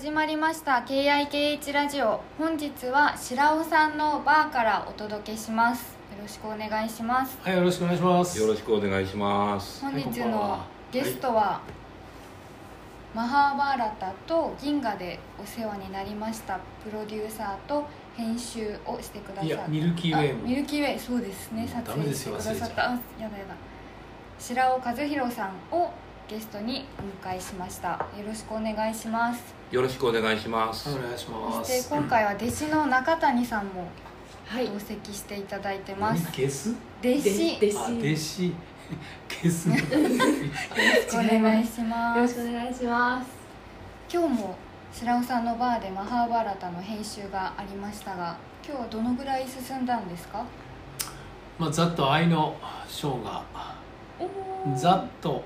始まりました KIKH ラジオ。本日は白尾さんのバーからお届けします。よろしくお願いします。 はい、よろしくお願いします。 よろしくお願いします。 本日のゲストは、マハーバーラタと銀河でお世話になりましたプロデューサーと編集をしてくださった、 いやミルキーウェイもミルキーウェイ、そうですね、撮影してくださった、やだ白尾和弘さんをゲストにお迎えしました。よろしくお願いします。 よろしくお願いします。 お願いします。 そして今回は弟子の中谷さんも同席していただいてます。 ゲス？ 弟子。 弟子。ゲス。よろしくお願いします。 よろしくお願いします。 今日も白尾さんのバーでマハーバーラタの編集がありましたが、今日はどのぐらい進んだんですか？ ざっと愛のショーがざっと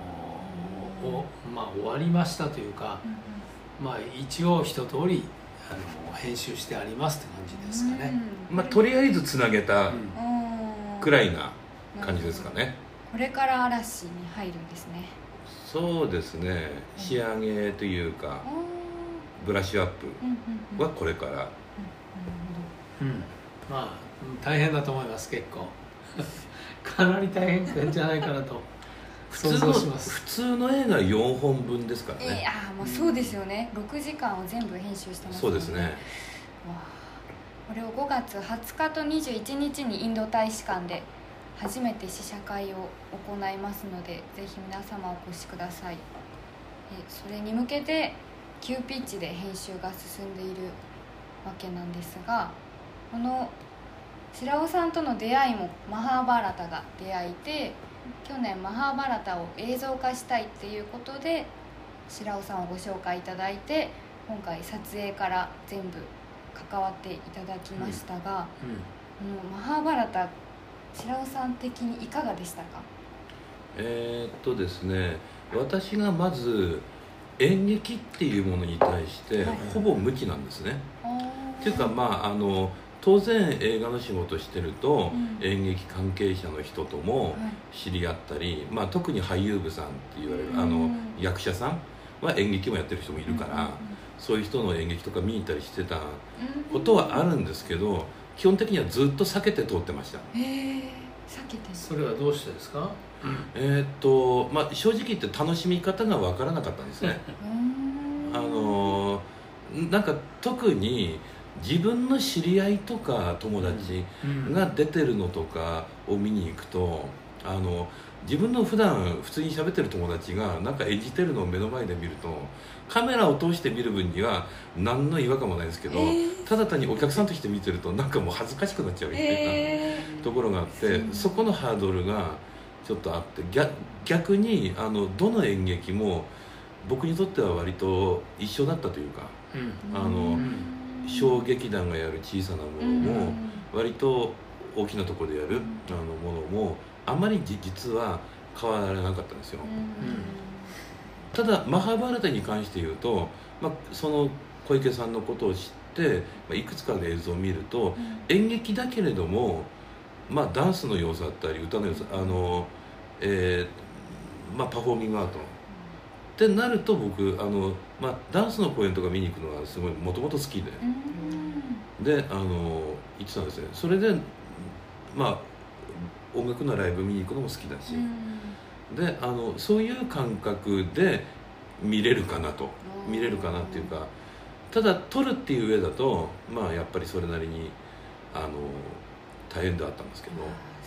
終わりましたというか、一応一通り編集してありますって感じですかね。 とりあえずつなげたくらいな感じですかね。 これから嵐に入るんですね。 そうですね、仕上げというかブラッシュアップはこれから。 大変だと思います。結構かなり大変じゃないかなと想像します。 普通の映画4本分ですからね。 もうそうですよね。6時間を全部編集してますそうですね。 これを5月20日と21日にインド大使館で初めて試写会を行いますので、ぜひ皆様お越しください。それに向けて急ピッチで編集が進んでいるわけなんですが、この白尾さんとの出会いもマハーバーラタが出会いで、去年マハーバーラタを映像化したいっていうことで白尾さんをご紹介いただいて、今回撮影から全部関わっていただきましたが、マハーバーラタ、白尾さん的にいかがでしたか？ ですね、私がまず演劇っていうものに対してほぼ無知なんですね。っていうか当然映画の仕事してると、演劇関係者の人とも知り合ったり、特に俳優部さんって言われる役者さんは演劇もやってる人もいるから、そういう人の演劇とか見に行ったりしてたことはあるんですけど、基本的にはずっと避けて通ってました。 避けて。 それはどうしてですか？ 正直言って楽しみ方が分からなかったんですね。なんか特に自分の知り合いとか友達が出てるのとかを見に行くと、自分の普段普通に喋ってる友達がなんか演じてるのを目の前で見ると、カメラを通して見る分には何の違和感もないですけど、ただ単にお客さんとして見てるとなんかもう恥ずかしくなっちゃうみたいなところがあって、そこのハードルがちょっとあって、逆にどの演劇も僕にとっては割と一緒だったというか、小劇団がやる小さなものも割と大きなところでやるものもあんまり実は変わらなかったんですよ。ただマハーバーラタに関して言うと、その小池さんのことを知って、いくつかの映像を見ると、演劇だけれども、ダンスの要素だったり歌の要素、パフォーミングアートってなると、僕ダンスの公演とか見に行くのがすごいもともと好きで、行ってたんですね。それで音楽のライブ見に行くのも好きだし、でそういう感覚で見れるかなっていうか、ただ撮るっていう上だとやっぱりそれなりに大変ではあったんですけど。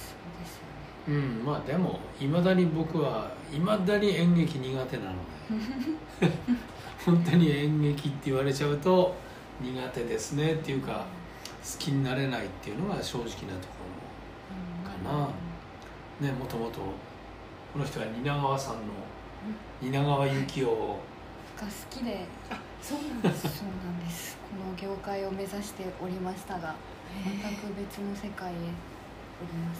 でもいまだに僕はいまだに演劇苦手なので本当に演劇って言われちゃうと苦手ですねっていうか、好きになれないっていうのが正直なところかな。もともとこの人は蜷川さんの蜷川幸雄が好きで、そうなんです。そうなんです。この業界を目指しておりましたが、全く別の世界へおります。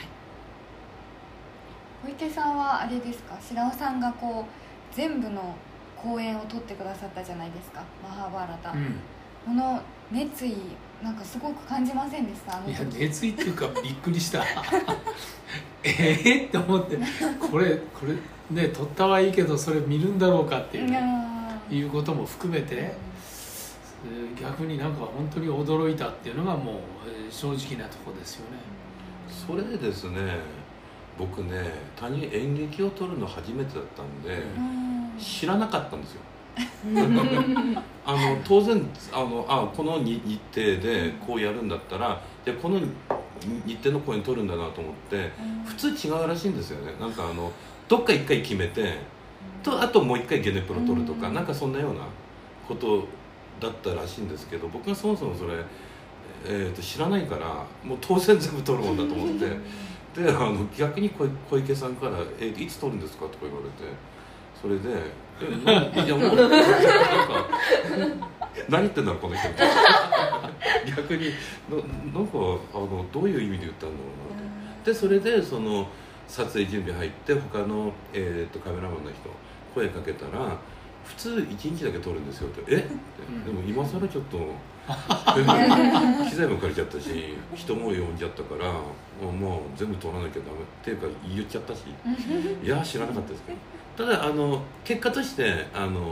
小池さんはあれですか、白尾さんが全部の公演を撮ってくださったじゃないですか、マハーバーラタ。この熱意なんかすごく感じませんでした？ いや、熱意っていうかびっくりしたって思って、これね撮ったはいいけどそれ見るんだろうかっていう、いいうことも含めて、逆になんか本当に驚いたっていうのがもう正直なところですよね。 それでですね、僕ね単純に演劇を撮るの初めてだったんで、知らなかったんですよ。当然この日程でこうやるんだったら、でこの日程の公演撮るんだなと思って、普通違うらしいんですよね。なんかどっか一回決めてあともう一回ゲネプロ撮るとか、なんかそんなようなことだったらしいんですけど、僕はそもそもそれ、知らないから、もう当然全部撮るもんだと思ってで逆に小池さんから「いつ撮るんですか?」とか言われて、それで「いやもうなんか何言ってんだろこの人」みたいな逆になんかどういう意味で言ったんだろうなと。でそれでその撮影準備入って、他の、カメラマンの人声かけたら「普通1日だけ撮るんですよ」って「えっ?」って「でも今更ちょっと機材も借りちゃったし人も呼んじゃったからもう全部撮らなきゃダメ」っていうか言っちゃったしいや知らなかったですけど、ただ結果として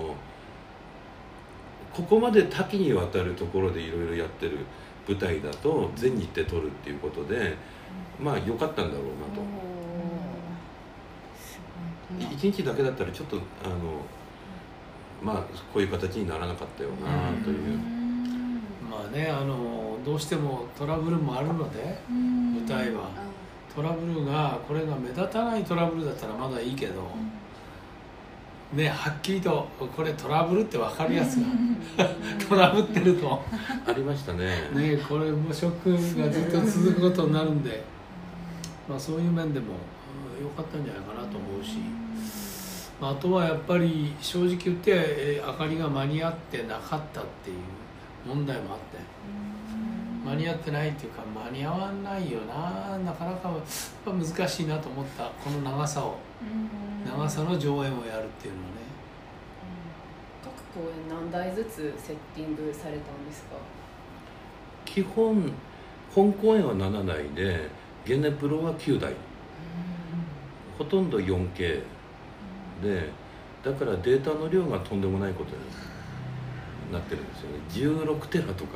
ここまで多岐にわたるところでいろいろやってる舞台だと全日程撮るっていうことで、まあ良かったんだろうなと。1日だけだったらちょっとまあこういう形にならなかったよなという。 まあね、どうしてもトラブルもあるので、舞台はトラブルがこれが目立たないトラブルだったらまだいいけど、ね、はっきりとこれトラブルって分かるやつがトラブってるとありましたね。 ね、これもショックがずっと続くことになるんで、まあ、そういう面でも良かったんじゃないかなと思うし、あとはやっぱり正直言って明かりが間に合ってなかったっていう問題もあって、間に合ってないっていうか間に合わないよな、なかなかやっぱ難しいなと思った。この長さの上演をやるっていうのはね。 各公演何台ずつセッティングされたんですか？ 基本本公演は7台でゲネプロは9台、ほとんど 4K で、だからデータの量がとんでもないことになってるんですよね。16テラとか、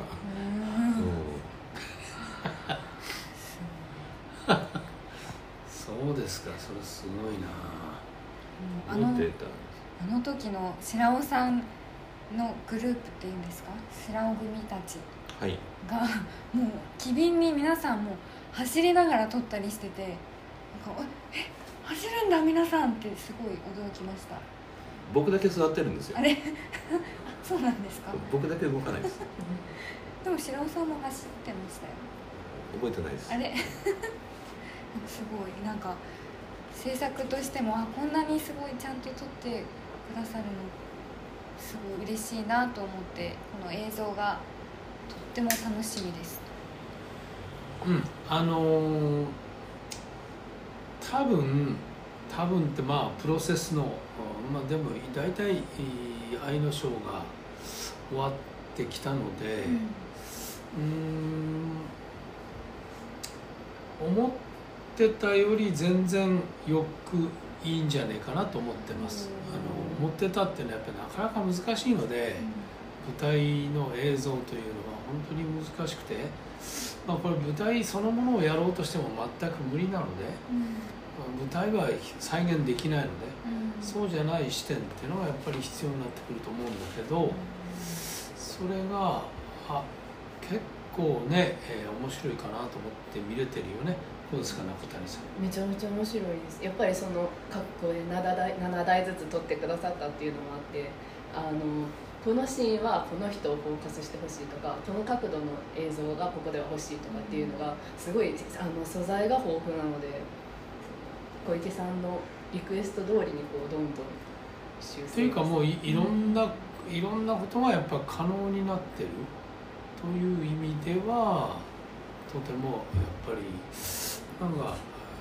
そうですか、それすごいな。 データあの時の白尾さんのグループっていうんですか、白尾組たちが、もう機敏に皆さんも走りながら撮ったりしてて、なんか走るんだ皆さんってすごい驚きました。 僕だけ座ってるんですよ。 あれそうなんですか。 僕だけ動かないですでも白尾さんも走ってましたよ。 覚えてないです。 あれすごいなんか制作としてもこんなにすごいちゃんと撮ってくださるのすごい嬉しいなと思って、この映像がとっても楽しみです。多分ってまあプロセスのまあでも大体愛のショーが終わってきたので、思ってたより全然よくいいんじゃねえかなと思ってます。思ってたっていうのはやっぱりなかなか難しいので、舞台の映像というのは本当に難しくて、まあ、これ舞台そのものをやろうとしても全く無理なので、舞台は再現できないので、そうじゃない視点っていうのがやっぱり必要になってくると思うんだけど、それが結構ね、面白いかなと思って見れてるよね。どうですか中谷さん。 めちゃめちゃ面白いです。やっぱりその各公演7台ずつ撮ってくださったっていうのもあって、このシーンはこの人をフォーカスしてほしいとか、この角度の映像がここでは欲しいとかっていうのがすごい素材が豊富なので、小池さんのリクエスト通りにこうどんどん修正というかもういろんなことがやっぱ可能になってるという意味ではとてもやっぱりなんか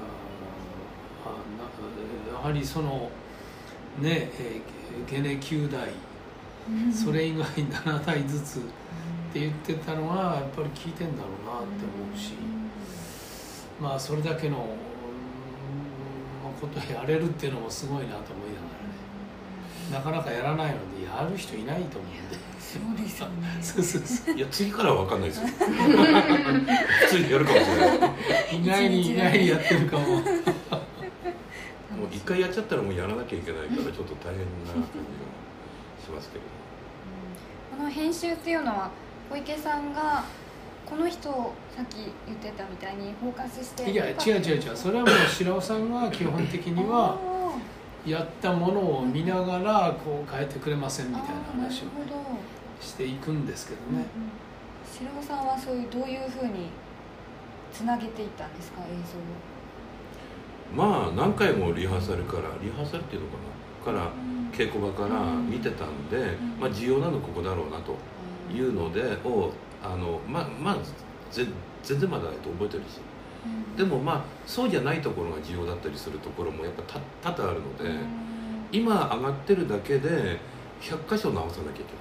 やはりそのねゲネ9台それ以外7台ずつって言ってたのはやっぱり効いてんだろうなって思うし、まあそれだけのことをやれるっていうのもすごいなと思いながらね。 なかなかやらないのでやる人いないと思うんで。 そうですよね。 そうそうそういや次からは分かんないですよ普通にやるかもしれない意外にやってるかも。 もう一回やっちゃったらもうやらなきゃいけないからちょっと大変な感じがしますけど。 この編集っていうのは小池さんがこの人をさっき言ってたみたいにフォーカスしていや違うそれはもう白尾さんが基本的にはやったものを見ながらこう変えてくれませんみたいな話をなるほど。 していくんですけどね。 白尾さんはそういうどういうふうにつなげていったんですか、映像を。 まあ何回もリハーサルっていうのかなから稽古場から見てたんで、まあ重要なのここだろうなというのでまあ全然まだ覚えてるし、でもまあそうじゃないところが重要だったりするところもやっぱ多々あるので、今上がってるだけで100箇所直さなきゃいけない。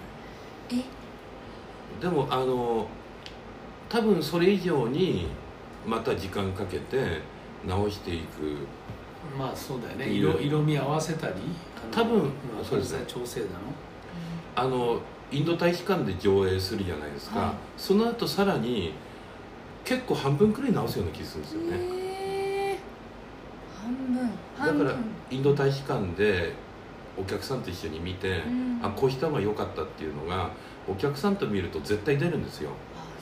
でも多分それ以上にまた時間かけて直していく。 まあそうだよね。色味合わせたり多分そうですね。 調整だインド大使館で上映するじゃないですか、はい、その後さらに結構半分くらい直すような気がするんですよね。半分だからインド大使館でお客さんと一緒に見て、あこうした方が良かったっていうのがお客さんと見ると絶対出るんですよ。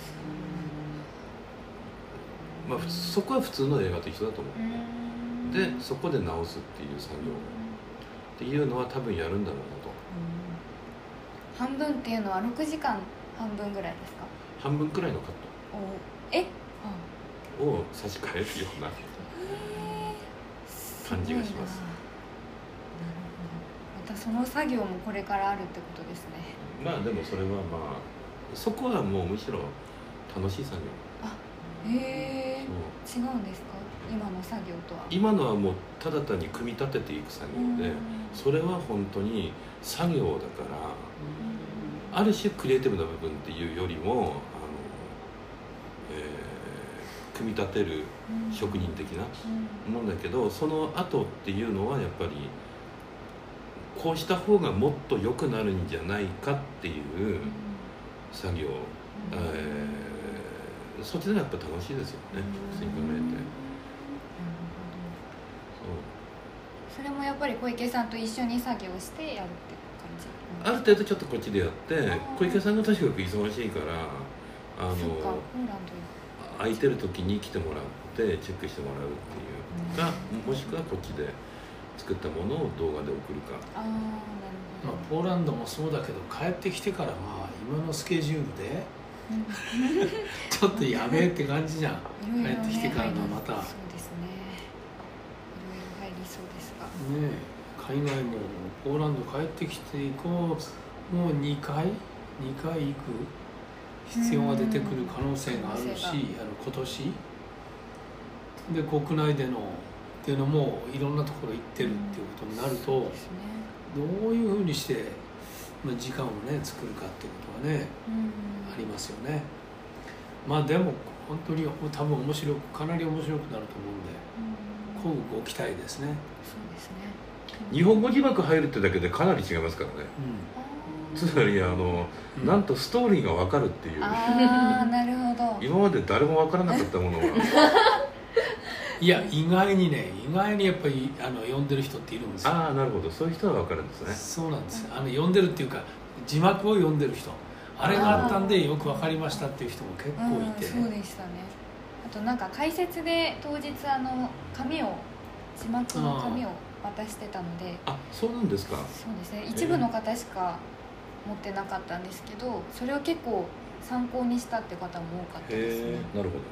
まあそこは普通の映画と一緒だと思う。でそこで直すっていう作業っていうのは多分やるんだろうなと。 半分っていうのは6時間半分ぐらいですか？ 半分くらいのカットを差し替えるような感じがします。 またその作業もこれからあるってことですね。 まあでもそれはまあそこはもうむしろ楽しい作業。 違うんですか？今の作業とは。 今のはもうただ単に組み立てていく作業で、それは本当に作業だから、ある種クリエイティブな部分っていうよりも組み立てる職人的なもんだけど、その後っていうのはやっぱりこうした方がもっと良くなるんじゃないかっていう作業、そっちの方がやっぱ楽しいですよね、普通に考えて。 それもやっぱり小池さんと一緒に作業してやるって感じ。 ある程度ちょっとこっちでやって小池さんがとにかく忙しいから空いてる時に来てもらってチェックしてもらうっていうか、もしくはこっちで作ったものを動画で送るか。 なるほど。 ポーランドもそうだけど帰ってきてからまあ今のスケジュールでちょっとやべえって感じじゃん。帰ってきてからのまた。 そうですね。いろいろ入りそうですが。 ねえ、海外もポーランド帰ってきて以降もう2回行く必要が出てくる可能性があるし、今年で国内でのっていうのもいろんなところ行ってるっていうことになると、どういうふうにして時間をね作るかっていうことはね、ありますよね。まあでも本当に多分かなり面白くなると思うんで、ご期待ですね。 そうですね。 日本語字幕入るってだけでかなり違いますからね。つまりなんとストーリーが分かるっていう。 なるほど。 今まで誰も分からなかったものがいや意外にやっぱり読んでる人っているんですよ。 なるほど、そういう人は分かるんですね。 そうなんです。読んでるっていうか字幕を読んでる人、あれがあったんでよく分かりましたっていう人も結構いて、 そうでしたね。あとなんか解説で当日字幕の紙を渡してたので。 そうなんですか。 そうですね。一部の方しか持ってなかったんですけど、それを結構参考にしたって方も多かったですね。 なるほど。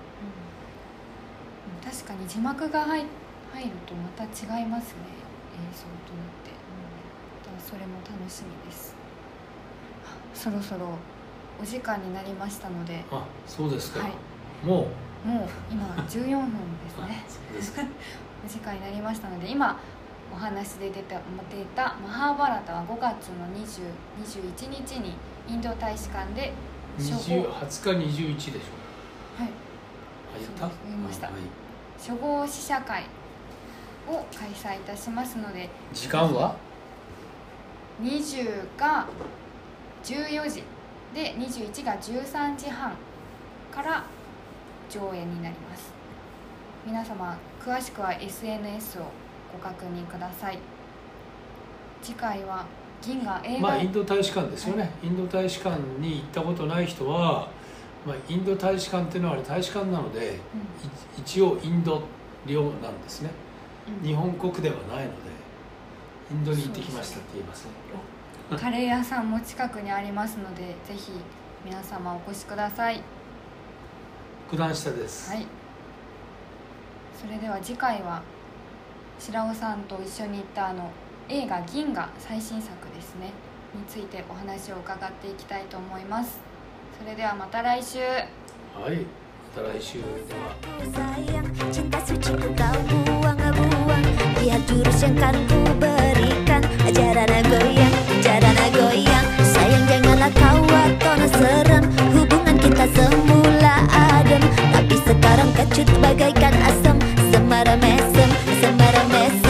確かに字幕が入るとまた違いますね、映像となって。それも楽しみです。そろそろお時間になりましたので。 そうですか。もう今14分ですね。 そうですか。 お時間になりましたので、今お話で出たマハーバラタは5月の21日にインド大使館で 20日21でしょ。 はい。 言いました。初号試写会を開催いたしますので。 時間は 20が14時で21が13時半から上演になります。皆様詳しくは SNS をご確認ください。次回は銀河映画、 インド大使館ですよね、インド大使館に行ったことない人は、インド大使館っていうのは大使館なので、一応インド領なんですね、日本国ではないのでインドに行ってきましたって言いますね。 カレー屋さんも近くにありますので、ぜひ皆様お越しください。 九段下です。 はい。それでは次回は白尾さんと一緒に行った映画銀河最新作ですねについてお話を伺っていきたいと思います。それではまた来週。 はい、また来週。では sayang cinta suci ku kau buang-buang, lihat jurus yang kan ku berikan, jarana goyang, sayang janganlah kau watona seram, hubungan kita semula adem, tapi sekarang kecut bagaikan asam, sembara mesem